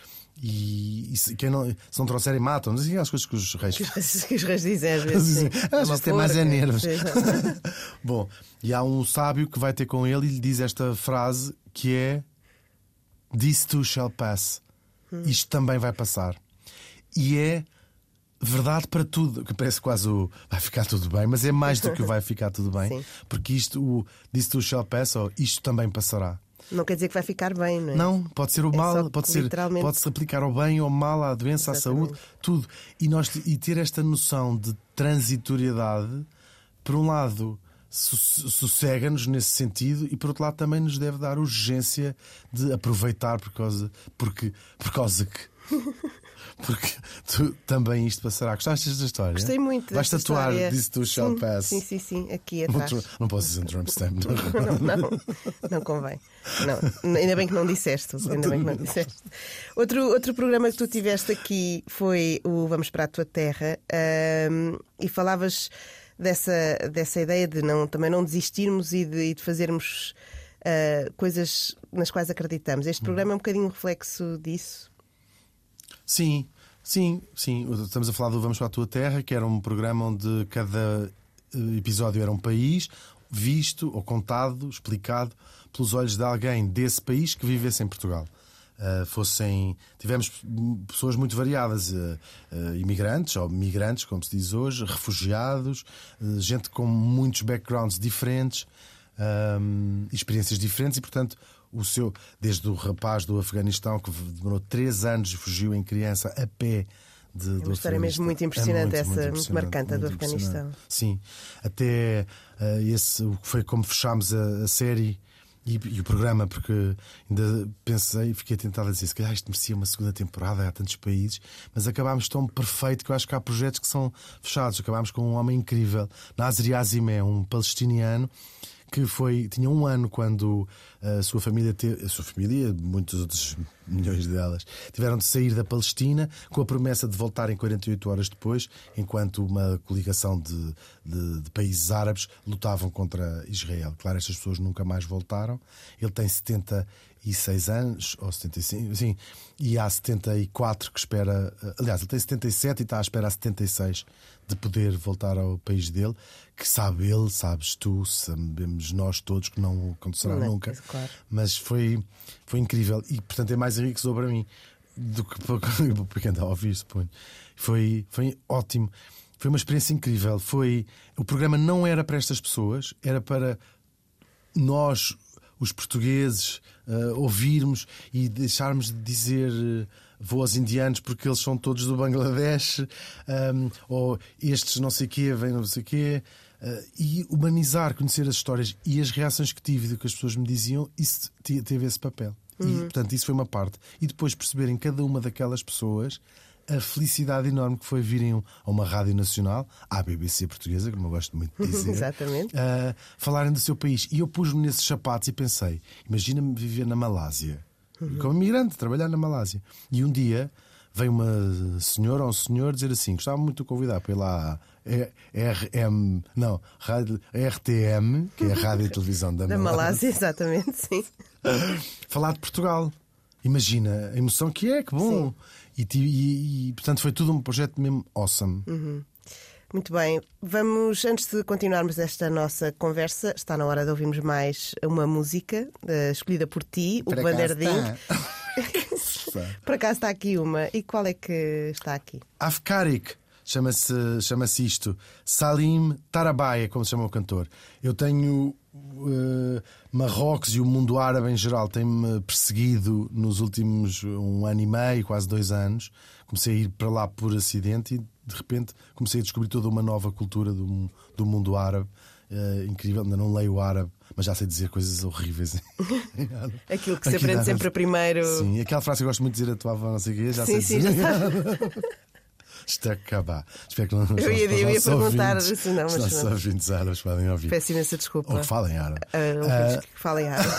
E, e se, quem não, se não trouxerem, matam. Não sei as coisas que os reis Que os reis dizem às vezes. Sim. Às vezes tem mais é nervos. Sim. Bom, e há um sábio que vai ter com ele e lhe diz esta frase que é: This too shall pass. Hum. Isto também vai passar. E é verdade para tudo, que parece quase o vai ficar tudo bem, mas é mais do que o vai ficar tudo bem. Sim. Porque isto, o This too shall pass, ou isto também passará. Não quer dizer que vai ficar bem, não é? Não, pode ser o É mal, só pode ser, literalmente- pode-se aplicar ao bem, ao mal, à doença, Exatamente. à saúde, tudo. E, nós, e ter esta noção de transitoriedade, por um lado, su- sossega-nos nesse sentido, e por outro lado também nos deve dar urgência de aproveitar por causa, porque, por causa que. Porque tu, também isto passará. Gostaste desta história? Gostei muito. Vais desta tatuar história. This too shall Sim, pass. Sim, sim, sim, aqui Não, atrás. tru- não posso dizer um Trump stamp. Não, não, não convém. Não, ainda bem que não disseste. Ainda bem que não disseste. Outro, outro programa que tu tiveste aqui foi o Vamos para a Tua Terra, ahm, e falavas dessa, dessa ideia de não, também não desistirmos e de, e de fazermos ah, coisas nas quais acreditamos. Este programa é um bocadinho um reflexo disso. Sim, sim, sim. Estamos a falar do Vamos para a Tua Terra, que era um programa onde cada episódio era um país, visto ou contado, explicado pelos olhos de alguém desse país que vivesse em Portugal. Uh, fossem, tivemos pessoas muito variadas, uh, uh, imigrantes ou migrantes, como se diz hoje, refugiados, uh, gente com muitos backgrounds diferentes, um, experiências diferentes, e portanto o seu, desde o rapaz do Afeganistão que demorou três anos e fugiu em criança a pé de, É uma história mesmo muito impressionante, essa, muito marcante, a do Afeganistão. Sim, até uh, esse foi como fechámos a, a série e, e o programa, porque ainda pensei e fiquei tentado a dizer: se calhar isto merecia uma segunda temporada, há tantos países, mas acabámos tão perfeito que eu acho que há projetos que são fechados. Acabámos com um homem incrível, Nasri Azimeh, um palestiniano que foi, tinha um ano quando a sua família, teve, a sua família, muitos outros milhões delas, tiveram de sair da Palestina com a promessa de voltarem quarenta e oito horas depois, enquanto uma coligação de, de, de países árabes lutavam contra Israel. Claro, estas pessoas nunca mais voltaram. Ele tem setenta e seis anos, ou setenta e cinco, sim, e há setenta e quatro que espera. Aliás, ele tem setenta e sete e está à espera há setenta e seis de poder voltar ao país dele, que sabe ele, sabes tu, sabemos nós todos que não acontecerá Não, nunca. claro. Mas foi, foi incrível e, portanto, é mais enriquecedor para mim. do que para quem está a ouvir, suponho. Foi, foi ótimo. Foi uma experiência incrível. Foi, o programa não era para estas pessoas, era para nós, os portugueses, uh, ouvirmos e deixarmos de dizer uh, vou aos indianos porque eles são todos do Bangladesh, um, ou estes não sei o quê, vêm não sei o quê. Uh, e humanizar, conhecer as histórias e as reações que tive do que as pessoas me diziam, isso teve esse papel. Uhum. E, portanto, isso foi uma parte. E depois perceberem cada uma daquelas pessoas a felicidade enorme que foi virem a uma rádio nacional, à B B C portuguesa, como eu gosto muito de dizer, exatamente. Uh, falarem do seu país. E eu pus-me nesses sapatos e pensei: imagina-me viver na Malásia, uhum. como imigrante, trabalhar na Malásia. E um dia vem uma senhora ou um senhor dizer assim: gostava muito de convidar para ir lá R M, não, rádio, R T M, que é a Rádio e Televisão da, da Malásia. Malásia, exatamente, sim. Falar de Portugal. Imagina a emoção que é, que bom. E, e, e, portanto, foi tudo um projeto mesmo awesome. Uhum. Muito bem. Vamos, antes de continuarmos esta nossa conversa, está na hora de ouvirmos mais uma música uh, escolhida por ti, o Vanderding. Por acaso está aqui uma. E qual é que está aqui? Afkarik. Chama-se chama-se isto. Salim Tarabai, como se chama o cantor. Eu tenho uh, Marrocos e o mundo árabe em geral tem-me perseguido nos últimos um ano e meio, quase dois anos. Comecei a ir para lá por acidente e de repente comecei a descobrir toda uma nova cultura do, do mundo árabe. Uh, incrível, ainda não leio árabe, mas já sei dizer coisas horríveis. Aquilo que se aprende sempre primeiro. Sim, aquela frase que eu gosto muito de dizer a tua avó, não sei o quê, já sim, sei sim, dizer. Já Isto é acabar. Espero que não Eu ia, eu ia perguntar se não, mas os nossos ouvintes árabes podem ouvir. Peço imensa desculpa. Ou que falem árabe. Uh, uh, que falem árabe.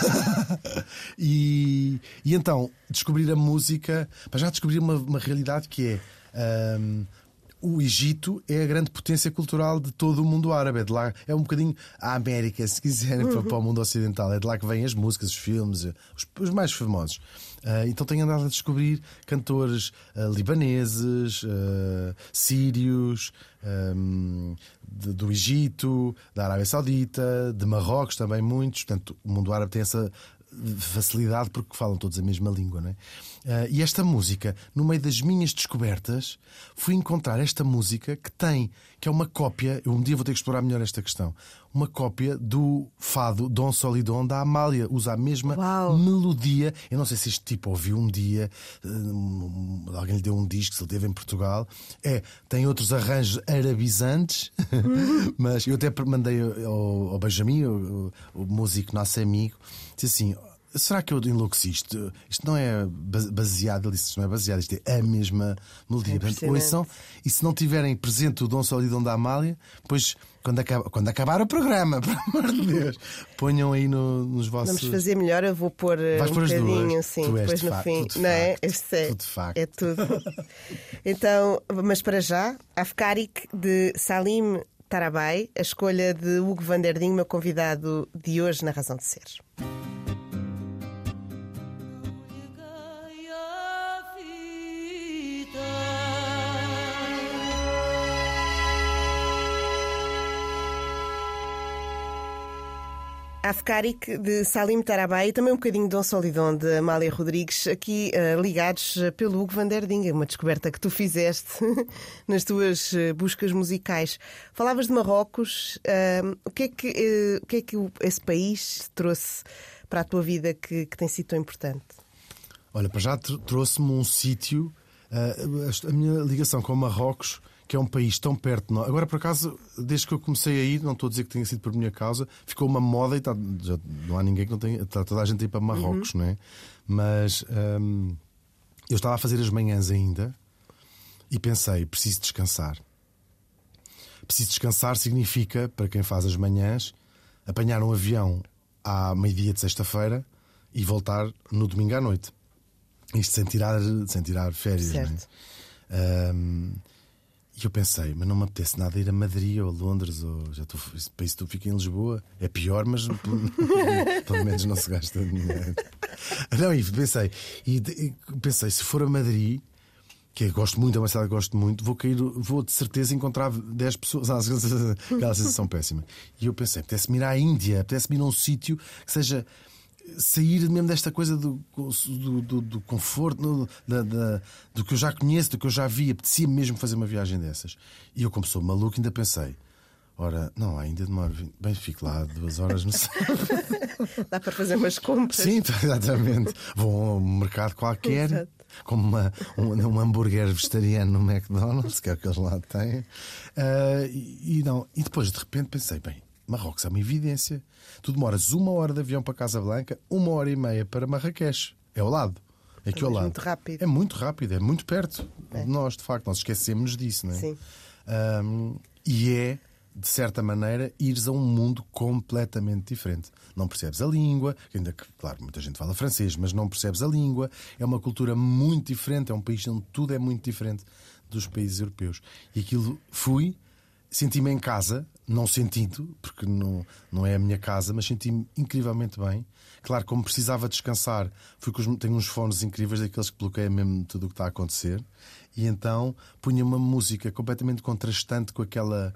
e, e então, descobrir a música. Para já descobrir uma, uma realidade que é. Um, o Egito é a grande potência cultural de todo o mundo árabe. É de lá, é um bocadinho a América, se quiserem, uhum. para, para o mundo ocidental. É de lá que vêm as músicas, os filmes, os, os mais famosos. Uh, então tenho andado a descobrir cantores uh, libaneses, uh, sírios, um, de, do Egito, da Arábia Saudita, de Marrocos também muitos. Portanto, o mundo árabe tem essa facilidade porque falam todos a mesma língua, não é? Uh, e esta música, no meio das minhas descobertas, fui encontrar esta música que tem, que é uma cópia, eu um dia vou ter que explorar melhor esta questão, uma cópia do fado Dom Solidon da Amália, usa a mesma Uau. melodia. Eu não sei se este tipo ouviu um dia, uh, alguém lhe deu um disco, se ele teve em Portugal. É, tem outros arranjos arabizantes, uhum. mas eu até mandei ao, ao Benjamin, o, o músico nosso amigo, disse assim: será que eu enlouqueci isto? Isto não é baseado, ele disse, isto não é baseado, isto é a mesma melodia. É ouçam, e se não tiverem presente o Dom Solidon da Amália, depois, quando, acaba, quando acabar o programa, pelo amor de Deus, ponham aí no, nos vossos. Vamos fazer melhor, eu vou pôr Vais um pôr bocadinho assim, depois no facto, fim. Tudo não é? Facto, Este é, tudo facto. é tudo. Então, mas para já, Afkarik de Salim Tarabai, a escolha de Hugo Vanderding, meu convidado de hoje na Razão de Ser. Afkarik de Salim Tarabai e também um bocadinho de Dom Solidon de Amália Rodrigues, aqui uh, ligados pelo Hugo Vanderding, uma descoberta que tu fizeste nas tuas uh, buscas musicais. Falavas de Marrocos, uh, o que é que, uh, o que, é que esse país trouxe para a tua vida que, que tem sido tão importante? Olha, para já trouxe-me um sítio, uh, a minha ligação com Marrocos, que é um país tão perto de nós. Agora, por acaso, desde que eu comecei a ir, não estou a dizer que tenha sido por minha causa, ficou uma moda e tá, já não há ninguém que não tenha. Está toda a gente a ir para Marrocos, uhum. não é? Mas hum, eu estava a fazer as manhãs ainda e pensei: preciso descansar. Preciso descansar significa, para quem faz as manhãs, apanhar um avião à meio-dia de sexta-feira e voltar no domingo à noite. Isto sem tirar, sem tirar férias, certo. Não é? Hum, E eu pensei, mas não me apetece nada ir a Madrid ou a Londres, ou já estou, para isso tu fica em Lisboa. É pior, mas pelo, pelo menos não se gasta dinheiro. Não, e pensei, e pensei, se for a Madrid, que eu gosto muito, é uma cidade que gosto muito, vou cair, vou de certeza encontrar dez pessoas. Aquela sensação péssima. E eu pensei, apetece-me ir à Índia, apetece-me ir a um sítio que seja sair mesmo desta coisa do, do, do, do conforto, no, da, da, do que eu já conheço, do que eu já vi. Apetecia mesmo fazer uma viagem dessas. E eu, como sou maluco, ainda pensei: ora, não, ainda demora. Bem, fico lá duas horas no Dá para fazer umas compras. Sim, exatamente. Vou a um mercado qualquer, Exato. como uma, um, um hambúrguer vegetariano no McDonald's, que é o que eles lá têm. Uh, e, e, não, e depois, de repente, pensei: bem, Marrocos é uma evidência. Tu demoras uma hora de avião para Casablanca, uma hora e meia para Marrakech. É ao lado. É aqui ao lado. É muito rápido. É muito rápido, é muito perto é. de nós, de facto. Nós esquecemos disso, não é? Sim. Um, e é, de certa maneira, ires a um mundo completamente diferente. Não percebes a língua, ainda que, claro, muita gente fala francês, mas não percebes a língua. É uma cultura muito diferente, é um país onde tudo é muito diferente dos países europeus. E aquilo fui, senti-me em casa, não sentindo, porque não, não é a minha casa, mas senti-me incrivelmente bem. Claro, como precisava descansar, fui com os, tenho uns fones incríveis, daqueles que bloqueiam mesmo tudo o que está a acontecer. E então punha uma música completamente contrastante com aquela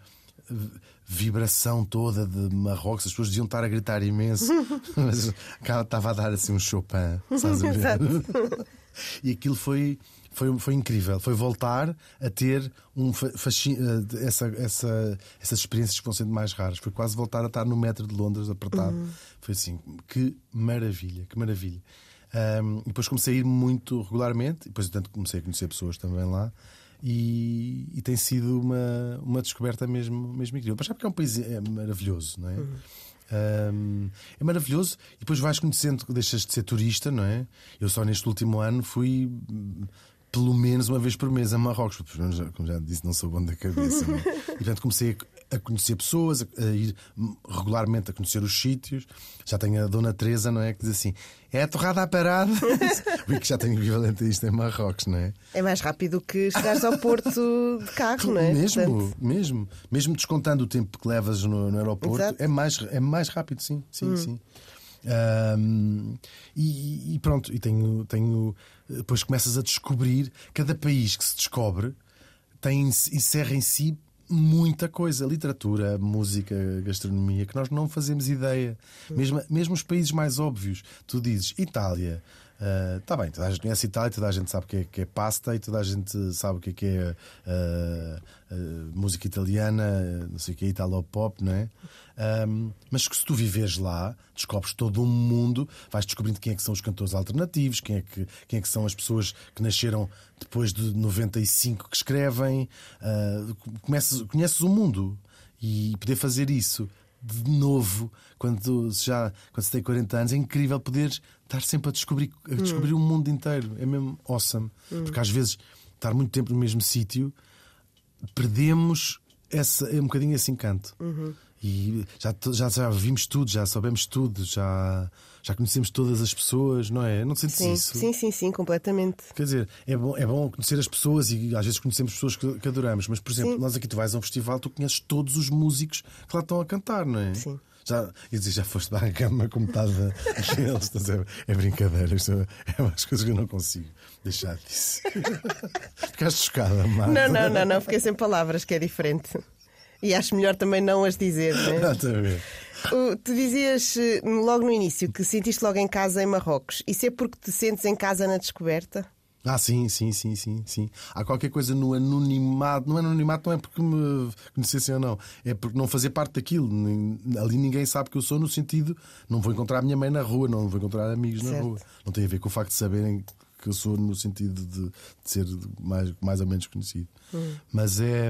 vibração toda de Marrocos. As pessoas deviam estar a gritar imenso, mas estava a dar assim um Chopin, sabes a ver? E aquilo foi, foi, foi incrível. Foi voltar a ter um fascínio, essa, essa, essas experiências que vão sendo mais raras. Foi quase voltar a estar no metro de Londres apertado. Uhum. Foi assim, que maravilha, que maravilha. Um, e depois comecei a ir muito regularmente, e depois tanto comecei a conhecer pessoas também lá. E, e tem sido uma, uma descoberta mesmo, mesmo incrível. Mas sabe que é um país é maravilhoso, não é? Uhum. Um, é maravilhoso. E depois vais conhecendo, deixas de ser turista, não é? Eu só neste último ano fui pelo menos uma vez por mês a Marrocos, porque, como já disse, não sou bom da cabeça, não é? E portanto comecei a conhecer pessoas, a ir regularmente a conhecer os sítios. Já tenho a Dona Teresa, não é? Que diz assim: é a torrada à parada. Vi que já tenho equivalente a isto em Marrocos, não é? É mais rápido que chegares ao Porto de carro, não é? Mesmo, Portanto... mesmo. Mesmo descontando o tempo que levas no, no aeroporto, é mais, é mais rápido, sim. Sim, hum. sim. Um, e, e pronto, e tenho, tenho. Depois começas a descobrir. Cada país que se descobre tem, encerra em si muita coisa, literatura, música, gastronomia, que nós não fazemos ideia. Mesmo, mesmo os países mais óbvios. Tu dizes Itália, está uh, bem, toda a gente conhece Itália, toda a gente sabe o que é, que é pasta, e toda a gente sabe o que é, que é uh, uh, música italiana, não sei o que é, italo-pop, não é? Um, mas que se tu viveres lá, descobres todo um mundo, vais descobrindo quem é que são os cantores alternativos, quem é que, quem é que são as pessoas que nasceram depois de noventa e cinco que escrevem. Uh, comeces, conheces o mundo, e poder fazer isso de novo quando já quando se tem quarenta anos é incrível poder estar sempre a descobrir, a descobrir hum. o mundo inteiro. É mesmo awesome. Hum. Porque às vezes estar muito tempo no mesmo sítio perdemos essa, é um bocadinho esse encanto. Uhum. E já, já, já vimos tudo, já soubemos tudo, já, já conhecemos todas as pessoas, não é? Não sentes sim, isso? Sim, sim, sim, completamente. Quer dizer, é bom, é bom conhecer as pessoas, e às vezes conhecemos pessoas que, que adoramos, mas, por exemplo, sim. nós aqui tu vais a um festival, tu conheces todos os músicos que lá estão a cantar, não é? Sim. Já, ia dizer, já foste para a cama com metade deles, é, é brincadeira, isto é, é umas coisas que eu não consigo deixar disso. Ficaste chocada, Marta? Não, não, não, não, fiquei sem palavras, que é diferente. E acho melhor também não as dizer, não é? Exatamente. Tu dizias logo no início que sentiste logo em casa em Marrocos. Isso é porque te sentes em casa na descoberta? Ah, sim, sim, sim, sim, sim. Há qualquer coisa no anonimato. No anonimato não é porque me conhecessem ou não, é porque não fazer parte daquilo. Ali ninguém sabe que eu sou, no sentido, não vou encontrar a minha mãe na rua, não vou encontrar amigos certo. na rua. Não tem a ver com o facto de saberem que eu sou, no sentido de, de ser mais, mais ou menos conhecido. Hum. Mas é...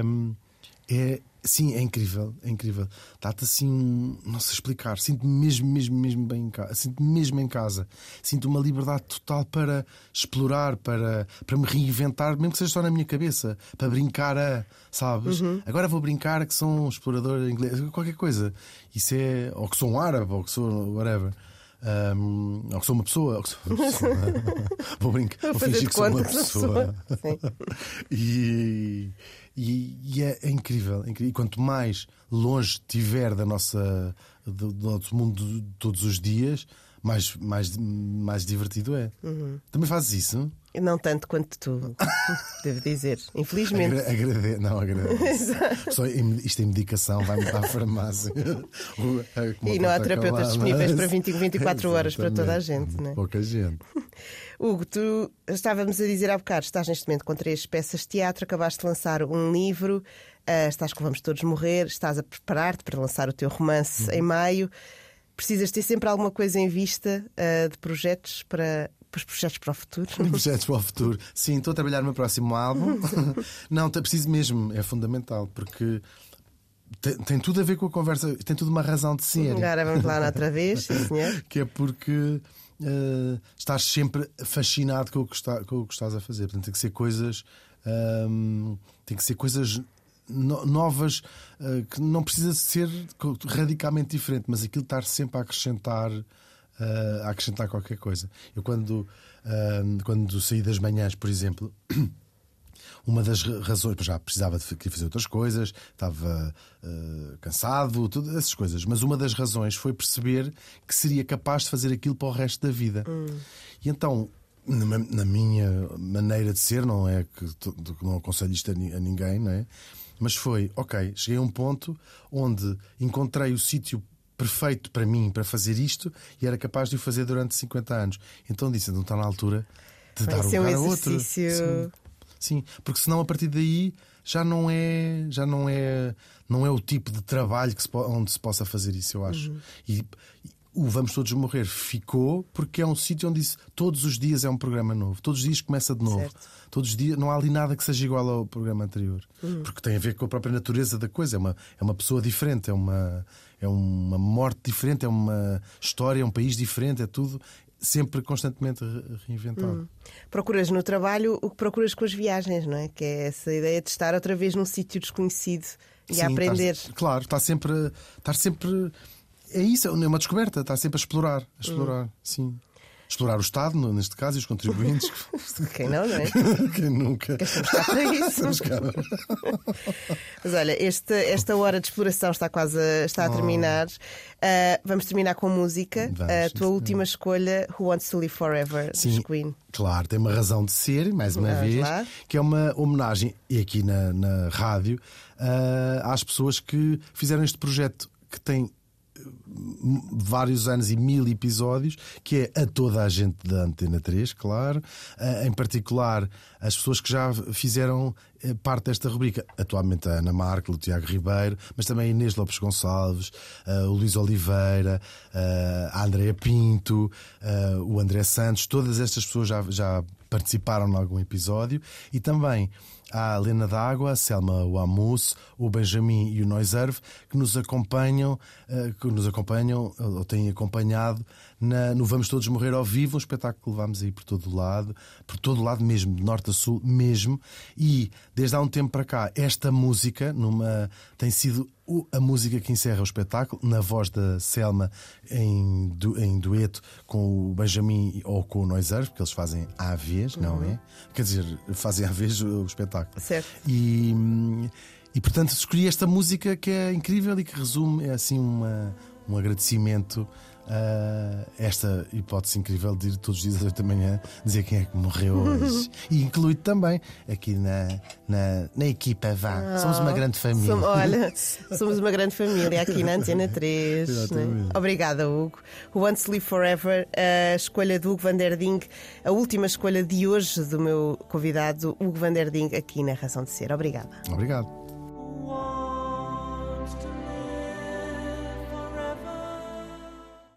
é sim, é incrível, é incrível. Dá-te assim, não sei explicar. Sinto-me mesmo, mesmo, mesmo bem em casa. Sinto-me mesmo em casa. Sinto uma liberdade total para explorar, para, para me reinventar, mesmo que seja só na minha cabeça, para brincar a, sabes? Uhum. Agora vou brincar a que sou um explorador inglês, qualquer coisa. Isso é, ou que sou um árabe, ou que sou whatever. Um, ou que sou uma pessoa, ou que sou uma pessoa. Vou brincar, vou fingir que sou uma pessoa. e, e, e é, é incrível, é incrível. E quanto mais longe estiver da nossa, do, do nosso mundo de todos os dias, mais, mais, mais divertido é. Uhum. Também fazes isso? Não tanto quanto tu, devo dizer. Infelizmente. Agra agrade não, agradeço. Só isto em medicação, vai-me para a farmácia. E não há terapeutas disponíveis para vinte, vinte e quatro horas para toda a gente, não é? Pouca gente. Hugo, tu estávamos a dizer há bocado, estás neste momento com três peças de teatro, acabaste de lançar um livro, uh, estás com Vamos Todos Morrer, estás a preparar-te para lançar o teu romance uhum. em maio. Precisas ter sempre alguma coisa em vista uh, de projetos para, para os projetos para o futuro? Projetos para o futuro. Sim, estou a trabalhar no meu próximo álbum. Não, é preciso mesmo, é fundamental, porque tem, tem tudo a ver com a conversa, tem tudo uma razão de ser. Agora vamos lá outra vez, sim, senhor. Que é porque uh, estás sempre fascinado com o, que está, com o que estás a fazer. Portanto, tem que ser coisas. Um, tem que ser coisas. No, novas, uh, que não precisa ser radicalmente diferente, mas aquilo estar sempre a acrescentar, uh, a acrescentar qualquer coisa. Eu, quando, uh, quando saí das manhãs, por exemplo, uma das razões, já precisava de fazer outras coisas, estava uh, cansado, todas essas coisas, mas uma das razões foi perceber que seria capaz de fazer aquilo para o resto da vida. Hum. E então, na minha maneira de ser, não é que não aconselho isto a ninguém, não é? Mas foi, ok, cheguei a um ponto onde encontrei o sítio perfeito para mim, para fazer isto, e era capaz de o fazer durante cinquenta anos. Então disse, não está na altura de Vai dar ser lugar um a outro. Sim. Sim, porque senão a partir daí já não é, já não é, não é o tipo de trabalho que se, onde se possa fazer isso, eu acho. Uhum. E, o Vamos Todos Morrer ficou porque é um sítio onde isso, todos os dias é um programa novo. Todos os dias começa de novo. Certo. Todos os dias não há ali nada que seja igual ao programa anterior. Uhum. Porque tem a ver com a própria natureza da coisa. É uma, é uma pessoa diferente, é uma, é uma morte diferente, é uma história, é um país diferente, é tudo sempre constantemente reinventado. Uhum. Procuras no trabalho o que procuras com as viagens, não é? Que é essa ideia de estar outra vez num sítio desconhecido e Sim, a aprender. Estás, claro, está sempre, estar sempre. É isso, é uma descoberta, está sempre a explorar, a explorar, hum. sim. Explorar o Estado, neste caso, e os contribuintes. Quem não, não é? Quem nunca. Que estamos cá para isso. Mas olha, este, esta hora de exploração está quase a, está a terminar. Uh, vamos terminar com música. Vamos, a tua última é. escolha, Who Wants to Live Forever, Sim, dos Queen. Claro, tem uma razão de ser, mais uma vez, lá. que é uma homenagem, e aqui na, na rádio, uh, às pessoas que fizeram este projeto que tem vários anos e mil episódios, que é a toda a gente da Antena três, claro, em particular as pessoas que já fizeram parte desta rubrica, atualmente a Ana Marco, o Tiago Ribeiro, mas também a Inês Lopes Gonçalves, o Luís Oliveira, a Andréa Pinto, o André Santos. Todas estas pessoas já, já participaram em algum episódio, e também há a Lena D'Água, a Selma Wamus, o Benjamin e o Noiserve, que nos acompanham, que nos acompanham ou têm acompanhado na, no Vamos Todos Morrer ao vivo, um espetáculo que levámos aí por todo o lado, por todo o lado mesmo, de norte a sul mesmo, e desde há um tempo para cá esta música numa, tem sido a música que encerra o espetáculo, na voz da Selma em, du, em dueto com o Benjamin ou com o Noiserve, porque eles fazem à vez, não uhum. é? Quer dizer, fazem à vez o espetáculo. Certo. E, e portanto escolhi esta música que é incrível e que resume, é assim uma, um agradecimento a esta hipótese incrível de ir todos os dias às oito da manhã dizer quem é que morreu hoje. E inclui também aqui na, na, na equipa, vá. Oh, somos uma grande família. Somos, olha, somos uma grande família aqui na Antena três. Né? Obrigada, Hugo. Who Wants to Live Forever, a escolha do Hugo van der Ding, a última escolha de hoje do meu convidado, Hugo van der Ding, aqui na Razão de Ser. Obrigada. Obrigado.